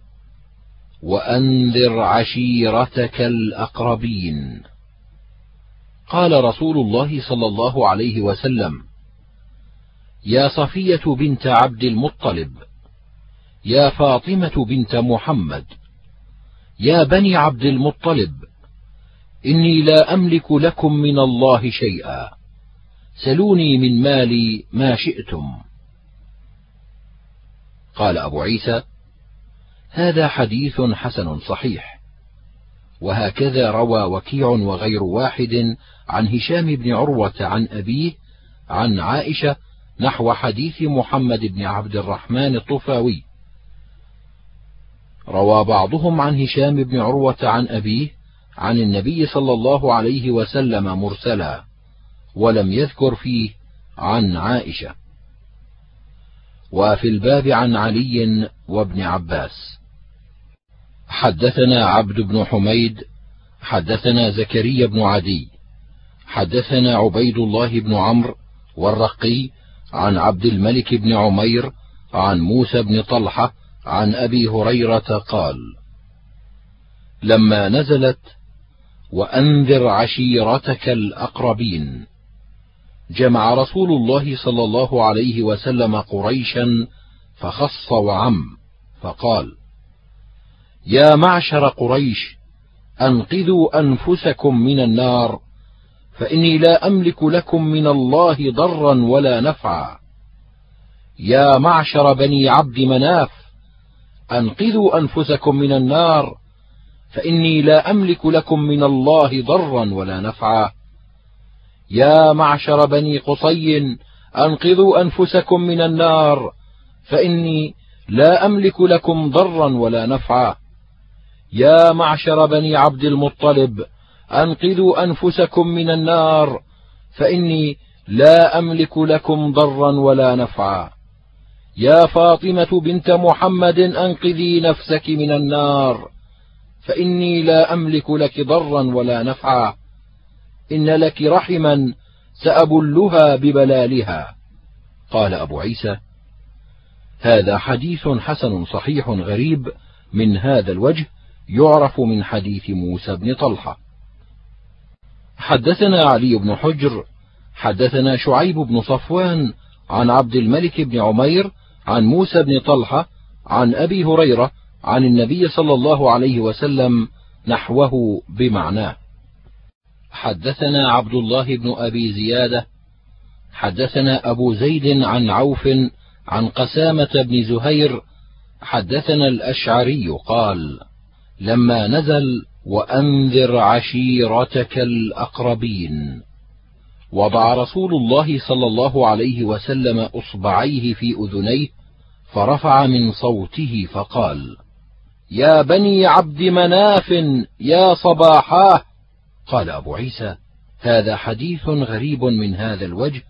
وأنذر عشيرتك الأقربين، قال رسول الله صلى الله عليه وسلم: يا صفية بنت عبد المطلب، يا فاطمة بنت محمد، يا بني عبد المطلب، إني لا أملك لكم من الله شيئا، سلوني من مالي ما شئتم. قال أبو عيسى: هذا حديث حسن صحيح. وهكذا روى وكيع وغير واحد عن هشام بن عروة عن أبيه عن عائشة نحو حديث محمد بن عبد الرحمن الطفاوي. روى بعضهم عن هشام بن عروة عن أبيه عن النبي صلى الله عليه وسلم مرسلا، ولم يذكر فيه عن عائشة. وفي الباب عن علي وابن عباس. حدثنا عبد بن حميد حدثنا زكريا بن عدي حدثنا عبيد الله بن عمرو والرقي عن عبد الملك بن عمير عن موسى بن طلحة عن أبي هريرة قال: لما نزلت: وأنذر عشيرتك الأقربين، جمع رسول الله صلى الله عليه وسلم قريشا فخص وعم، فقال: يا معشر قريش، أنقذوا أنفسكم من النار، فإني لا أملك لكم من الله ضرا ولا نفعا. يا معشر بني عبد مناف، أنقذوا أنفسكم من النار، فإني لا أملك لكم من الله ضرا ولا نفعا. يا معشر بني قصي، أنقذوا أنفسكم من النار، فإني لا أملك لكم ضرا ولا نفعا. يا معشر بني عبد المطلب، أنقذوا أنفسكم من النار، فإني لا أملك لكم ضرا ولا نفعا. يا فاطمة بنت محمد، أنقذي نفسك من النار، فإني لا أملك لك ضرا ولا نفعا. إن لك رحما سأبلها ببلالها. قال أبو عيسى: هذا حديث حسن صحيح غريب من هذا الوجه، يعرف من حديث موسى بن طلحة. حدثنا علي بن حجر حدثنا شعيب بن صفوان عن عبد الملك بن عمير عن موسى بن طلحة عن أبي هريرة عن النبي صلى الله عليه وسلم نحوه بمعناه. حدثنا عبد الله بن أبي زيادة حدثنا أبو زيد عن عوف عن قسامة بن زهير حدثنا الأشعري قال: لما نزل: وأنذر عشيرتك الأقربين، وضع رسول الله صلى الله عليه وسلم أصبعيه في أذنيه، فرفع من صوته فقال: يا بني عبد مناف، يا صباحاه. قال أبو عيسى: هذا حديث غريب من هذا الوجه،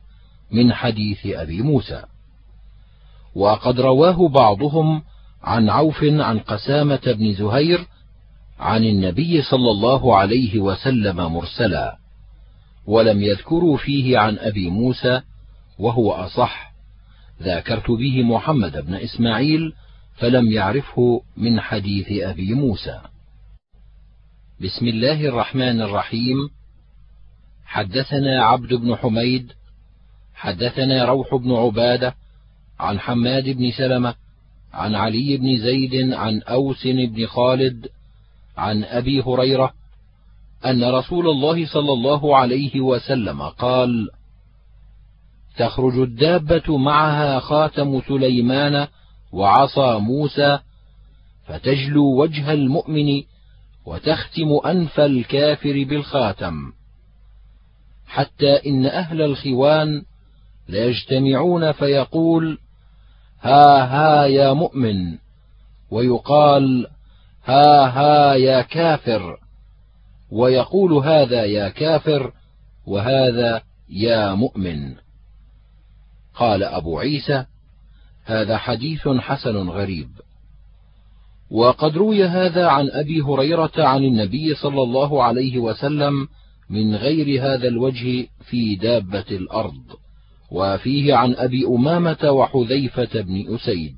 من حديث أبي موسى. وقد رواه بعضهم عن عوف عن قسامة بن زهير عن النبي صلى الله عليه وسلم مرسلا، ولم يذكروا فيه عن أبي موسى، وهو أصح. ذاكرت به محمد بن إسماعيل فلم يعرفه من حديث أبي موسى. بسم الله الرحمن الرحيم. حدثنا عبد بن حميد حدثنا روح بن عبادة عن حماد بن سلمة عن علي بن زيد عن أوس بن خالد عن أبي هريرة أن رسول الله صلى الله عليه وسلم قال: تخرج الدابة معها خاتم سليمان وعصا موسى، فتجلو وجه المؤمن وتختم أنف الكافر بالخاتم، حتى إن أهل الخوان ليجتمعون فيقول: ها ها يا مؤمن، ويقال: ها ها يا كافر، ويقول هذا يا كافر وهذا يا مؤمن. قال أبو عيسى: هذا حديث حسن غريب. وقد روي هذا عن أبي هريرة عن النبي صلى الله عليه وسلم من غير هذا الوجه في دابة الأرض، وفيه عن أبي أمامة وحذيفة بن أسيد.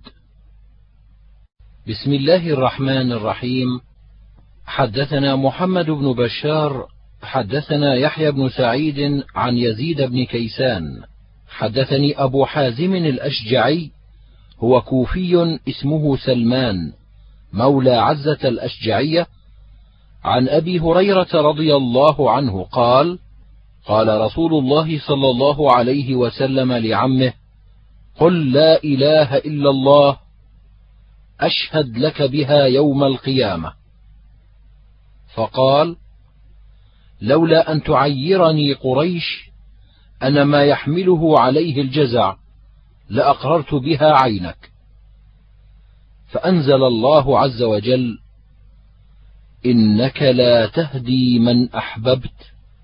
بسم الله الرحمن الرحيم. حدثنا محمد بن بشار حدثنا يحيى بن سعيد عن يزيد بن كيسان حدثني أبو حازم الأشجعي، هو كوفي اسمه سلمان مولى عزة الأشجعية، عن أبي هريرة رضي الله عنه قال: قال رسول الله صلى الله عليه وسلم لعمه: قل لا إله إلا الله أشهد لك بها يوم القيامة. فقال: لولا أن تعيرني قريش أن ما يحمله عليه الجزع لأقررت بها عينك. فأنزل الله عز وجل: إنك لا تهدي من أحببت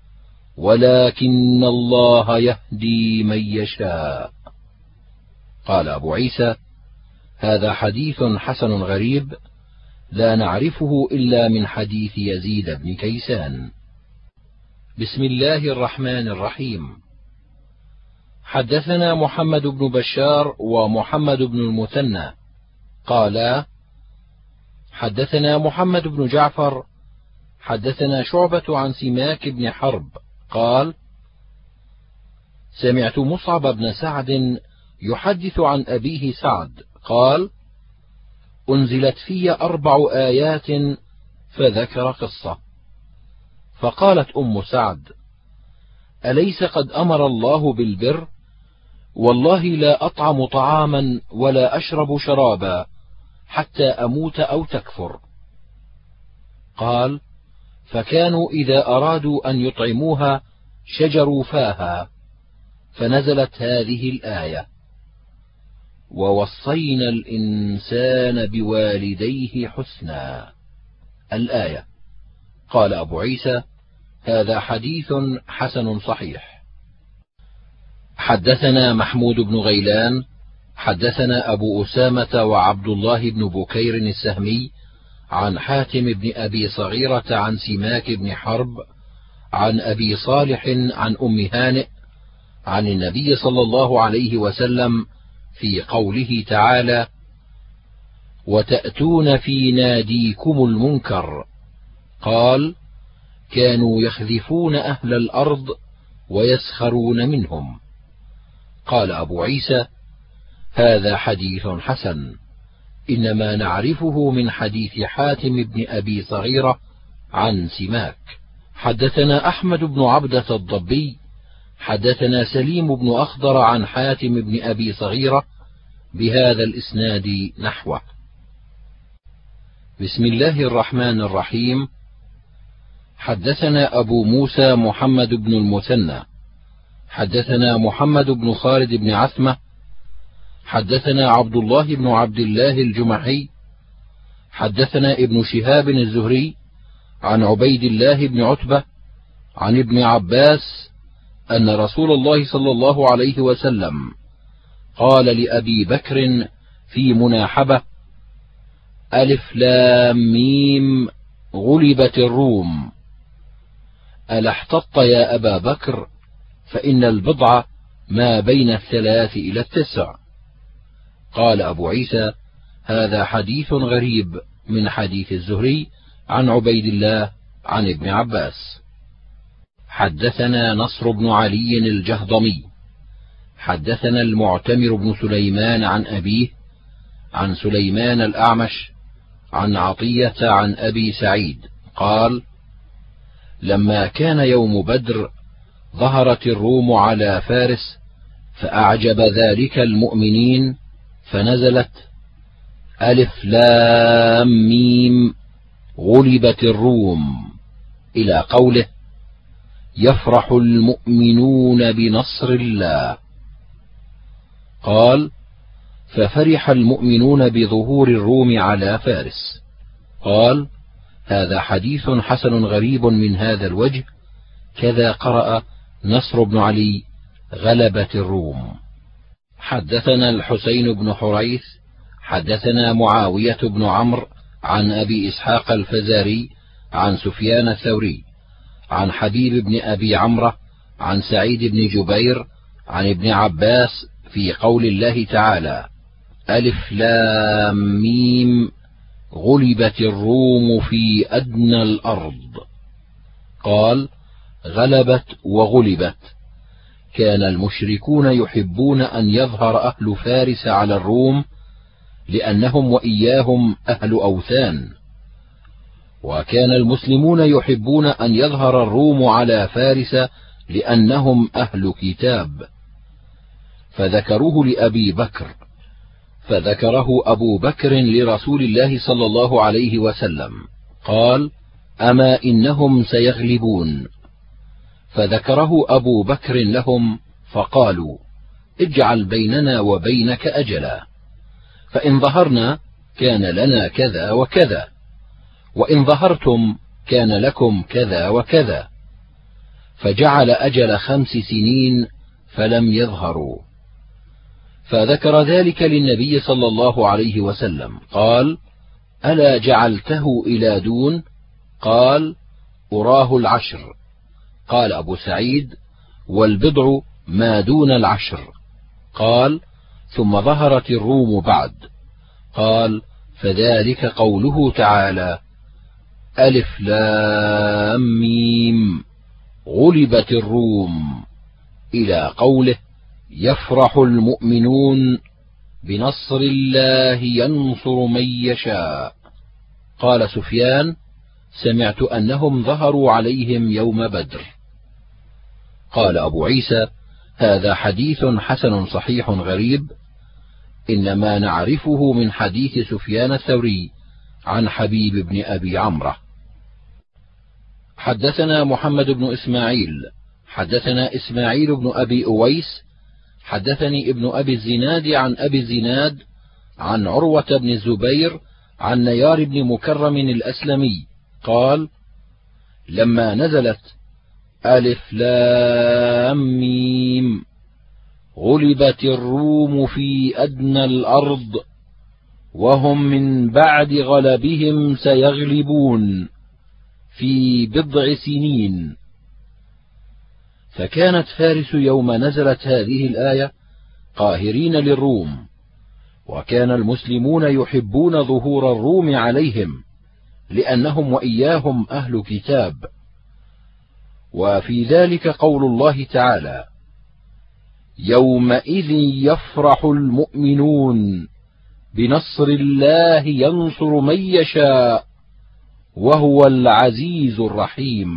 ولكن الله يهدي من يشاء. قال أبو عيسى: هذا حديث حسن غريب، لا نعرفه إلا من حديث يزيد بن كيسان. بسم الله الرحمن الرحيم. حدثنا محمد بن بشار ومحمد بن المثنى قالا: حدثنا محمد بن جعفر حدثنا شعبة عن سماك بن حرب قال: سمعت مصعب بن سعد يحدث عن أبيه سعد قال: أنزلت في 4 آيات، فذكر قصة. فقالت أم سعد: أليس قد أمر الله بالبر؟ والله لا أطعم طعاما ولا أشرب شرابا حتى أموت أو تكفر. قال: فكانوا إذا أرادوا أن يطعموها شجروا فاها، فنزلت هذه الآية: ووصينا الإنسان بوالديه حسنا، الآية. قال أبو عيسى: هذا حديث حسن صحيح. حدثنا محمود بن غيلان حدثنا أبو أسامة وعبد الله بن بكير السهمي عن حاتم بن أبي صغيرة عن سماك بن حرب عن أبي صالح عن أم هانئ عن النبي صلى الله عليه وسلم في قوله تعالى: وتأتون في ناديكم المنكر. قال: كانوا يخذفون أهل الأرض ويسخرون منهم. قال أبو عيسى: هذا حديث حسن، إنما نعرفه من حديث حاتم بن أبي صغيرة عن سماك. حدثنا أحمد بن عبدة الضبي حدثنا سليم بن أخضر عن حاتم بن أبي صغيرة بهذا الإسناد نحوه. بسم الله الرحمن الرحيم. حدثنا أبو موسى محمد بن المثنى حدثنا محمد بن خالد بن عثمة حدثنا عبد الله بن عبد الله الجمحي حدثنا ابن شهاب الزهري عن عبيد الله بن عتبة عن ابن عباس أن رسول الله صلى الله عليه وسلم قال لأبي بكر في مناحبة: ألف لام ميم غلبت الروم، ألا احتط يا أبا بكر، فإن البضع ما بين 3 إلى 9. قال أبو عيسى: هذا حديث غريب من حديث الزهري عن عبيد الله عن ابن عباس. حدثنا نصر بن علي الجهضمي حدثنا المعتمر بن سليمان عن أبيه عن سليمان الأعمش عن عطية عن أبي سعيد قال: لما كان يوم بدر ظهرت الروم على فارس، فأعجب ذلك المؤمنين، فنزلت: ألف لام ميم غلبت الروم، إلى قوله: يفرح المؤمنون بنصر الله. قال: ففرح المؤمنون بظهور الروم على فارس. قال: هذا حديث حسن غريب من هذا الوجه، كذا قرأ نصر بن علي: غلبت الروم. حدثنا الحسين بن حريث حدثنا معاوية بن عمرو عن أبي إسحاق الفزاري عن سفيان الثوري عن حبيب بن أبي عمرة عن سعيد بن جبير عن ابن عباس في قول الله تعالى: ألف لام ميم غلبت الروم في أدنى الأرض. قال: غلبت وغلبت، كان المشركون يحبون أن يظهر أهل فارس على الروم لأنهم وإياهم أهل أوثان، وكان المسلمون يحبون أن يظهر الروم على فارس لأنهم أهل كتاب، فذكروه لأبي بكر، فذكره أبو بكر لرسول الله صلى الله عليه وسلم، قال: أما إنهم سيغلبون، فذكره أبو بكر لهم، فقالوا: اجعل بيننا وبينك أجلا، فإن ظهرنا كان لنا كذا وكذا، وإن ظهرتم كان لكم كذا وكذا، فجعل أجل 5 سنين فلم يظهروا، فذكر ذلك للنبي صلى الله عليه وسلم، قال: ألا جعلته إلى دون؟ قال: أراه 10. قال أبو سعيد: والبضع ما دون 10. قال: ثم ظهرت الروم بعد. قال: فذلك قوله تعالى: ألف لام ميم غلبت الروم، إلى قوله: يفرح المؤمنون بنصر الله ينصر من يشاء. قال سفيان: سمعت أنهم ظهروا عليهم يوم بدر. قال أبو عيسى: هذا حديث حسن صحيح غريب، إنما نعرفه من حديث سفيان الثوري عن حبيب بن أبي عمرة. حدثنا محمد بن إسماعيل حدثنا إسماعيل بن أبي أويس حدثني ابن أبي الزناد عن أبي الزناد عن عروة بن الزبير عن نيار بن مكرم الأسلمي قال: لما نزلت ألف لام ميم غلبت الروم في أدنى الأرض وهم من بعد غلبهم سيغلبون في بضع سنين، فكانت فارس يوم نزلت هذه الآية قاهرين للروم، وكان المسلمون يحبون ظهور الروم عليهم لأنهم وإياهم أهل كتاب. وفي ذلك قول الله تعالى: يومئذ يفرح المؤمنون بنصر الله ينصر من يشاء وهو العزيز الرحيم.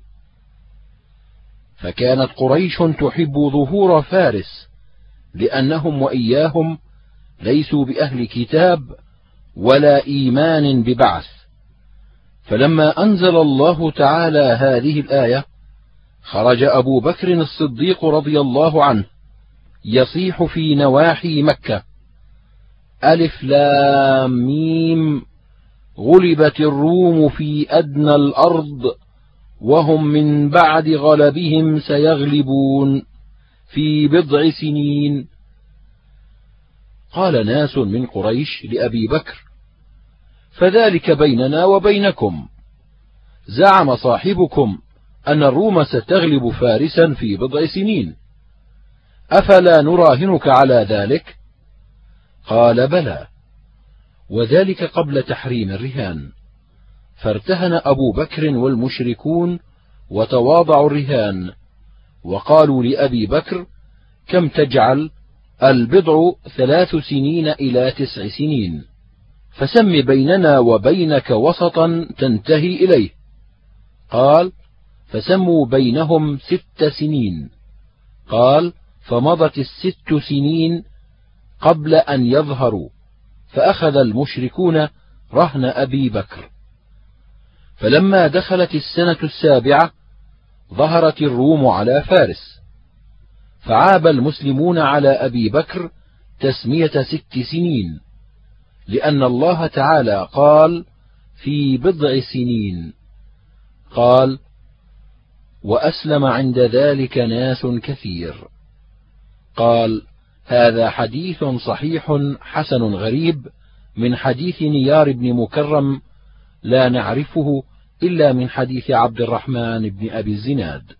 فكانت قريش تحب ظهور فارس لأنهم وإياهم ليسوا بأهل كتاب ولا إيمان ببعث، فلما أنزل الله تعالى هذه الآية خرج أبو بكر الصديق رضي الله عنه يصيح في نواحي مكة: ألف لام ميم غلبت الروم في أدنى الأرض وهم من بعد غلبهم سيغلبون في بضع سنين. قال ناس من قريش لأبي بكر: فذلك بيننا وبينكم، زعم صاحبكم أن الروم ستغلب فارسا في بضع سنين، أفلا نراهنك على ذلك؟ قال: بلى، وذلك قبل تحريم الرهان. فارتهن أبو بكر والمشركون وتواضعوا الرهان، وقالوا لأبي بكر: كم تجعل؟ البضع 3 سنين إلى 9 سنين، فسم بيننا وبينك وسطا تنتهي إليه. قال: فسموا بينهم 6 سنين. قال: فمضت 6 سنين قبل أن يظهروا، فأخذ المشركون رهن أبي بكر. فلما دخلت السنة 7 ظهرت الروم على فارس، فعاب المسلمون على أبي بكر تسمية 6 سنين، لأن الله تعالى قال: في بضع سنين. قال: وأسلم عند ذلك ناس كثير. قال: هذا حديث صحيح حسن غريب من حديث نيار بن مكرم، لا نعرفه إلا من حديث عبد الرحمن بن أبي الزناد.